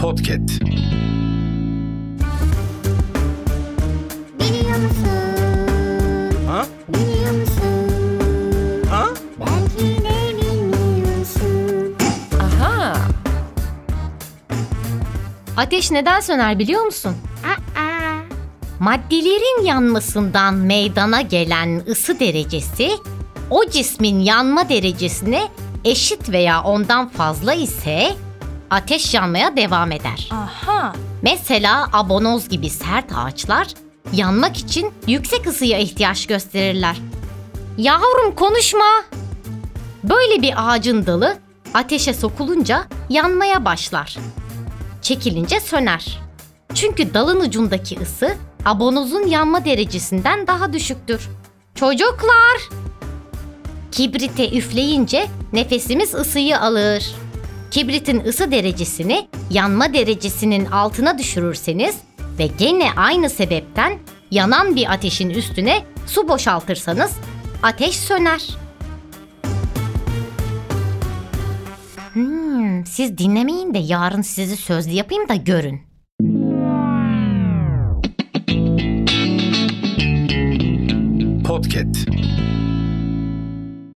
Podcast. Biliyor musun? Ha? Biliyor musun? Ha? Belki de bilmiyorsun. Aha! Ateş neden söner biliyor musun? Aa, Maddelerin yanmasından meydana gelen ısı derecesi, o cismin yanma derecesine eşit veya ondan fazla ise ateş yanmaya devam eder. Aha! Mesela abonoz gibi sert ağaçlar yanmak için yüksek ısıya ihtiyaç gösterirler. Yavrum konuşma! Böyle bir ağacın dalı ateşe sokulunca yanmaya başlar. Çekilince söner. Çünkü dalın ucundaki ısı abonozun yanma derecesinden daha düşüktür. Çocuklar! Kibrite üfleyince nefesimiz ısıyı alır. Kibritin ısı derecesini yanma derecesinin altına düşürürseniz ve gene aynı sebepten yanan bir ateşin üstüne su boşaltırsanız ateş söner. Siz dinlemeyin de yarın sizi sözlü yapayım da görün. Podcast.